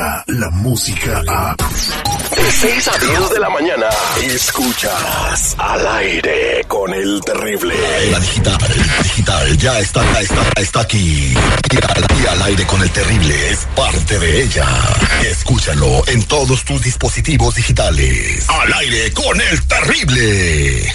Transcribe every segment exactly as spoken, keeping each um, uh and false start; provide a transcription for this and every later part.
llega la música a... De seis a diez de la mañana, escuchas Al Aire con el Terrible. La digital, la digital, ya está, ya está, está aquí. Y al, y al Aire con el Terrible es parte de ella. Escúchalo en todos tus dispositivos digitales. Al Aire con el Terrible.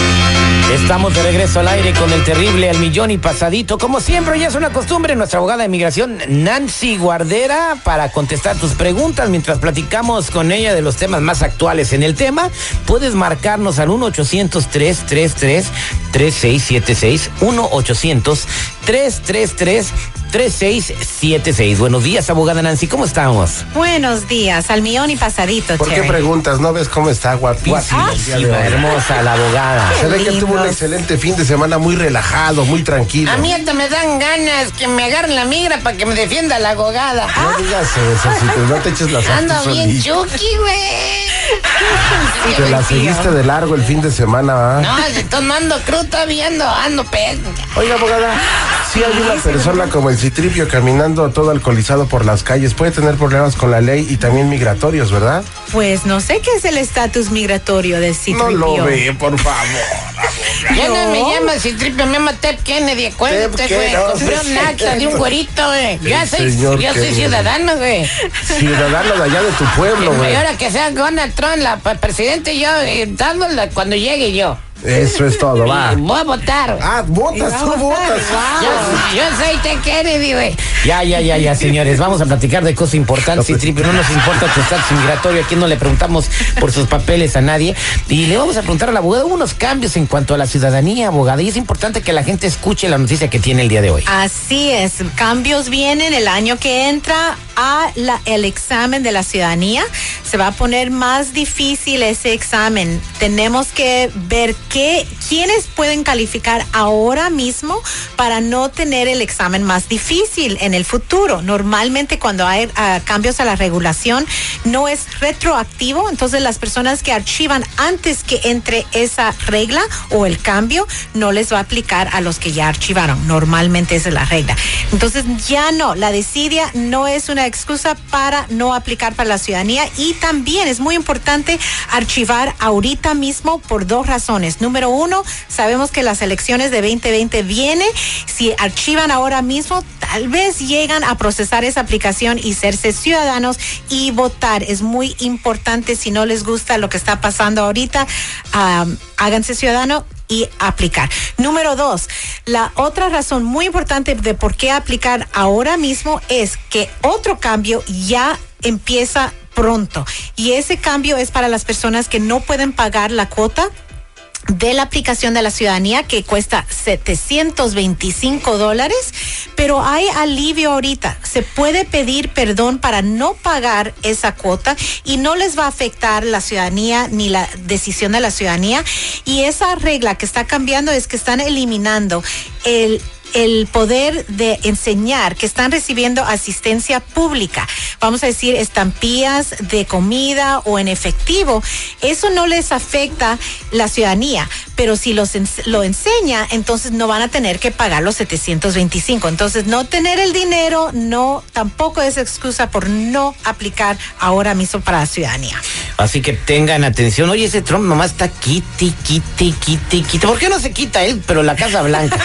Estamos de regreso al aire con el Terrible al millón y pasadito. Como siempre, ya es una costumbre, nuestra abogada de inmigración, Nancy Guardera, para contestar tus preguntas mientras platicamos con ella de los temas más actuales en el tema. Puedes marcarnos al uno ochocientos, tres tres tres, tres seis siete seis, uno ochocientos, tres tres tres, tres seis siete seis. Buenos días, abogada Nancy, ¿cómo estamos? Buenos días, al millón y pasadito, ¿Por Cherry. qué preguntas? ¿No ves cómo está guapísima? Guapísima, hermosa la abogada. Se ve que lindos. tuvo un excelente fin de semana, muy relajado, muy tranquilo. A mí hasta me dan ganas que me agarren la migra para que me defienda la abogada. No digas eso, si te, no te eches las Ando artes bien solito. chuki, güey. Te la seguiste de largo el fin de semana, ¿ah? No, si estoy no ando crudo, todavía ando, ando pe... Oiga, abogada, si hay una persona como el Citripio caminando todo alcoholizado por las calles, puede tener problemas con la ley y también migratorios, ¿verdad? Pues no sé qué es el estatus migratorio de Citripio. No lo ve, por favor. Ya no No. me llama Citripio, me llama Tep Kennedy, acuérdate, Tep güey. Kennedy. Compré un acta de un güerito, güey. Ya El soy, señor yo soy Kennedy. ciudadano, güey. Ciudadano de allá de tu pueblo, Y güey. ahora que sea Donald Trump, la pa- presidente, yo, eh, dándole cuando llegue yo. Eso es todo, va. Y voy a votar. Ah, votas, tú votas. Yo, yo soy Tep Kennedy, güey. Ya, ya, ya, ya, señores. Vamos a platicar de cosas importantes, Citripio. No nos importa tu estatus migratorio. Aquí no le preguntamos por sus papeles a nadie. Y le vamos a preguntar al abogado unos cambios en cuanto a la ciudadanía, abogada. Y es importante que la gente escuche la noticia que tiene el día de hoy. Así es, cambios vienen el año que entra a la, el examen de la ciudadanía. Se va a poner más difícil ese examen. Tenemos que ver qué, quiénes pueden calificar ahora mismo para no tener el examen más difícil en el futuro. Normalmente cuando hay uh, cambios a la regulación no es retroactivo, entonces las personas que archivan antes que entre esa regla o el cambio no les va a aplicar a los que ya archivaron. Normalmente esa es la regla. Entonces ya no, la desidia no es una excusa para no aplicar para la ciudadanía, y también es muy importante archivar ahorita mismo por dos razones. Número uno, sabemos que las elecciones de veinte veinte vienen. Si archivan ahora mismo, tal vez llegan a procesar esa aplicación y serse ciudadanos y votar. Es muy importante. Si no les gusta lo que está pasando ahorita, um, háganse ciudadano y aplicar. Número dos, la otra razón muy importante de por qué aplicar ahora mismo es que otro cambio ya empieza pronto, y ese cambio es para las personas que no pueden pagar la cuota de la aplicación de la ciudadanía, que cuesta setecientos veinticinco dólares, pero hay alivio ahorita. Se puede pedir perdón para no pagar esa cuota y no les va a afectar la ciudadanía ni la decisión de la ciudadanía. Y esa regla que está cambiando es que están eliminando el el poder de enseñar, que están recibiendo asistencia pública, vamos a decir estampillas de comida o en efectivo. Eso no les afecta la ciudadanía, pero si los lo enseña, entonces no van a tener que pagar los setecientos veinticinco. Entonces no tener el dinero no tampoco es excusa por no aplicar ahora mismo para la ciudadanía. Así que tengan atención. Oye, ese Trump nomás está quite, quite, quite, quite. ¿Por qué no se quita él, pero la Casa Blanca?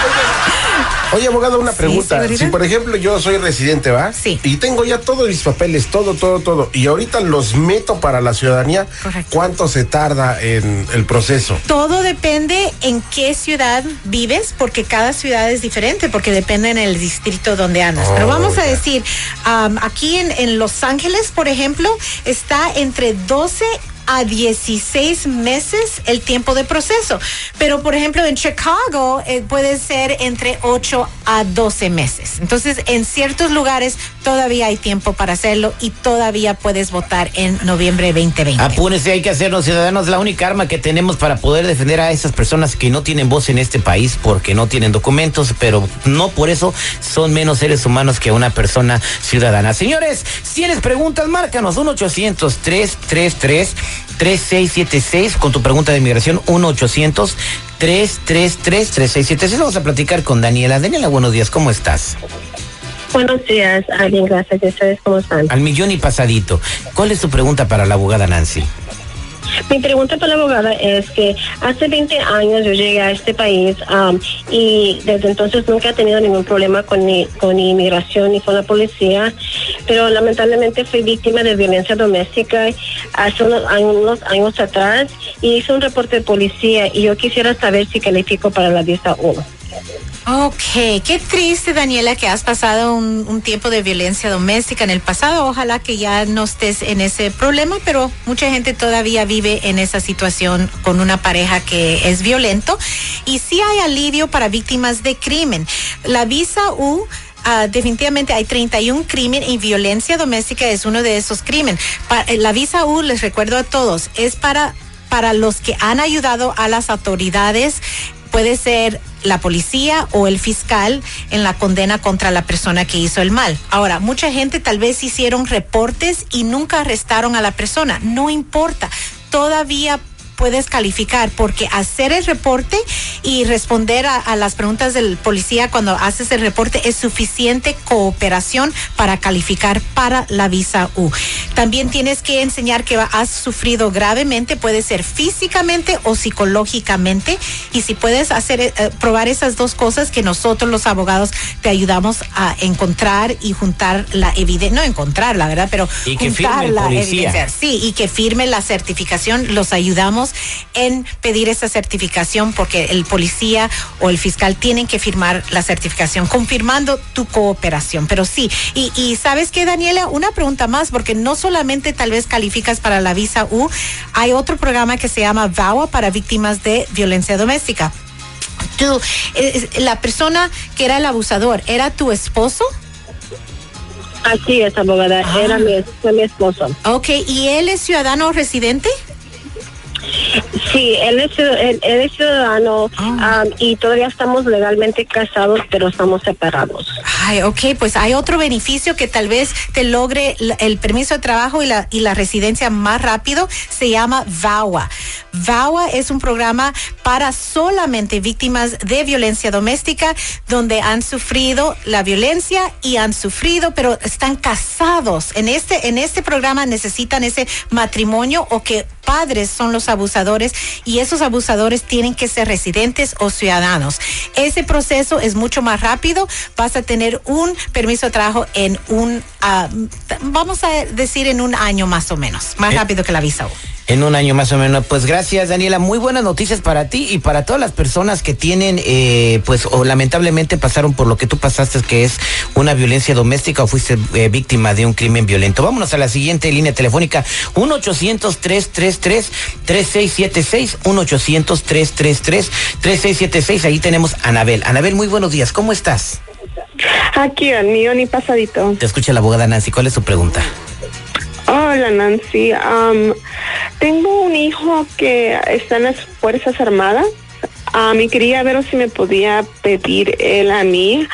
Oye, abogado, una Sí, pregunta. ¿seguridad? Si, por ejemplo, yo soy residente, ¿va? Sí. Y tengo ya todos mis papeles, todo, todo, todo, y ahorita los meto para la ciudadanía, Correcto. ¿cuánto se tarda en el proceso? Todo depende en qué ciudad vives, porque cada ciudad es diferente, porque depende en el distrito donde andas. Oh, Pero vamos a ya. decir, um, aquí en, en Los Ángeles, por ejemplo, está entre doce a dieciséis meses el tiempo de proceso. Pero, por ejemplo, en Chicago eh, puede ser entre ocho a doce meses. Entonces, en ciertos lugares todavía hay tiempo para hacerlo y todavía puedes votar en noviembre veinte veinte. Apúrense, hay que hacernos ciudadanos. La única arma que tenemos para poder defender a esas personas que no tienen voz en este país porque no tienen documentos, pero no por eso son menos seres humanos que una persona ciudadana. Señores, si tienes preguntas, márcanos uno ochocientos, tres tres tres, tres seis siete seis con tu pregunta de inmigración, uno ochocientos, tres tres tres, tres seis siete seis. Vamos a platicar con Daniela. Daniela, buenos días, ¿cómo estás? Buenos días, Alvin, gracias. ¿Y ustedes cómo están? Al millón y pasadito. ¿Cuál es tu pregunta para la abogada Nancy? Mi pregunta para la abogada es que hace veinte años yo llegué a este país um, y desde entonces nunca he tenido ningún problema con ni, con inmigración ni con la policía, pero lamentablemente fui víctima de violencia doméstica hace unos, unos años atrás y hice un reporte de policía y yo quisiera saber si califico para la visa uno. Ok, qué triste, Daniela, que has pasado un, un tiempo de violencia doméstica en el pasado. Ojalá que ya no estés en ese problema, pero mucha gente todavía vive en esa situación con una pareja que es violento. Y sí hay alivio para víctimas de crimen. La visa U... Uh, definitivamente hay treinta y un crímenes y violencia doméstica es uno de esos crímenes. Pa- la visa U, les recuerdo a todos, es para, para los que han ayudado a las autoridades. Puede ser la policía o el fiscal en la condena contra la persona que hizo el mal. Ahora, mucha gente tal vez hicieron reportes y nunca arrestaron a la persona. No importa, todavía puedes calificar, porque hacer el reporte y responder a, a las preguntas del policía cuando haces el reporte es suficiente cooperación para calificar para la visa U. También tienes que enseñar que has sufrido gravemente, puede ser físicamente o psicológicamente, y si puedes hacer eh, probar esas dos cosas, que nosotros los abogados te ayudamos a encontrar y juntar la evidencia, no encontrar la verdad, pero y que juntar firme el la policía. evidencia. Sí, y que firme la certificación, los ayudamos en pedir esa certificación, porque el policía o el fiscal tienen que firmar la certificación confirmando tu cooperación. Pero sí, y, y ¿sabes qué, Daniela? Una pregunta más, porque no solamente tal vez calificas para la visa U, hay otro programa que se llama V A W A para víctimas de violencia doméstica. Tú, eh, la persona que era el abusador, ¿era tu esposo? Así es, abogada, Ah. era mi, fue mi esposo. Ok, ¿y él es ciudadano residente? Sí, él es, él, él es ciudadano Oh. um, y todavía estamos legalmente casados, pero estamos separados. Ay, ok, pues hay otro beneficio que tal vez te logre l- el permiso de trabajo y la, y la residencia más rápido, se llama V A W A. V A W A es un programa para solamente víctimas de violencia doméstica, donde han sufrido la violencia y han sufrido, pero están casados. En este, en este programa necesitan ese matrimonio o que padres son los abusadores, y esos abusadores tienen que ser residentes o ciudadanos. Ese proceso es mucho más rápido. Vas a tener un permiso de trabajo en un, uh, vamos a decir en un año más o menos, más Eh. rápido que la visa U. En un año más o menos. Pues gracias, Daniela. Muy buenas noticias para ti y para todas las personas que tienen, eh, pues, o lamentablemente pasaron por lo que tú pasaste, que es una violencia doméstica o fuiste eh, víctima de un crimen violento. Vámonos a la siguiente línea telefónica. uno ochocientos, tres tres tres, tres seis siete seis. uno ochocientos, tres tres tres, tres seis siete seis. Ahí tenemos a Anabel. Anabel, muy buenos días. ¿Cómo estás? Aquí, al millón y pasadito. Te escucha la abogada Nancy. ¿Cuál es tu pregunta? Hola, Nancy. Um, tengo un hijo que está en las Fuerzas Armadas. Um, y quería ver si me podía pedir él a mí.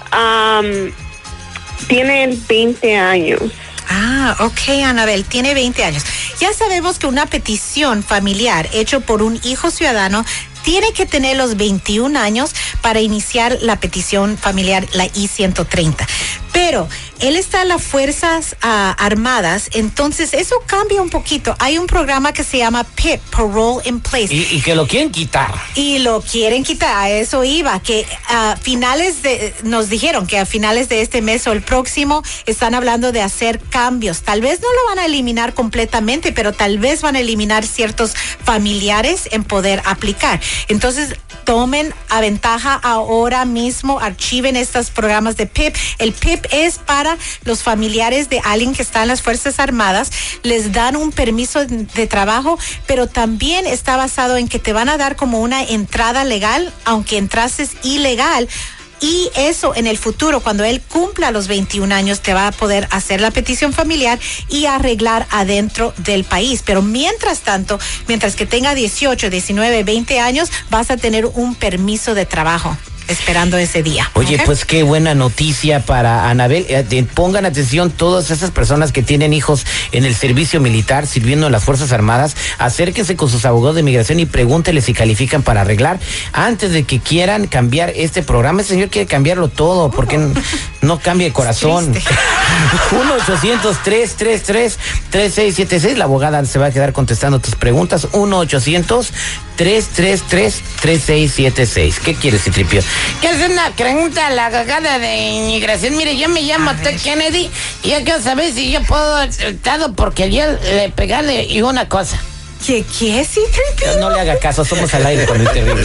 Um, tiene él veinte años. Ah, ok, Anabel, tiene veinte años. Ya sabemos que una petición familiar hecho por un hijo ciudadano tiene que tener los veintiún años para iniciar la petición familiar, la I ciento treinta. Pero él está en las Fuerzas uh, Armadas, entonces eso cambia un poquito. Hay un programa que se llama P I P, Parole in Place. Y, y que lo quieren quitar. Y lo quieren quitar, a eso iba, que a finales de, nos dijeron que a finales de este mes o el próximo están hablando de hacer cambios. Tal vez no lo van a eliminar completamente, pero tal vez van a eliminar ciertos familiares en poder aplicar. Entonces, tomen a ventaja ahora mismo, archiven estos programas de P I P. El P I P es para los familiares de alguien que está en las Fuerzas Armadas, les dan un permiso de trabajo, pero también está basado en que te van a dar como una entrada legal, aunque entrases ilegal. Y eso en el futuro, cuando él cumpla los veintiún años, te va a poder hacer la petición familiar y arreglar adentro del país. Pero mientras tanto, mientras que tenga dieciocho, diecinueve, veinte años, vas a tener un permiso de trabajo. esperando ese día. Oye, ¿okay? pues qué buena noticia para Anabel. Eh, pongan atención todas esas personas que tienen hijos en el servicio militar, sirviendo en las Fuerzas Armadas. Acérquense con sus abogados de inmigración y pregúntenles si califican para arreglar antes de que quieran cambiar este programa. Ese señor quiere cambiarlo todo, porque no, no cambie de corazón. uno ochocientos, tres tres tres, tres seis siete seis. La abogada se va a quedar contestando tus preguntas. uno ochocientos, tres tres tres, tres seis siete seis. ¿Qué quieres, Citripio? Quiero hacer una pregunta a la abogada de inmigración. Mire, yo me llamo Ted Kennedy y yo quiero saber si yo puedo estado porque ayer le pegarle y una cosa. ¿Qué, qué, Citripio? No le haga caso, somos al aire con el terrible.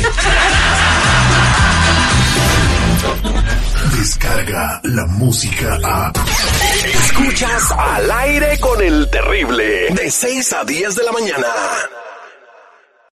Descarga la música a... Escuchas Al Aire con el Terrible, de seis a diez de la mañana.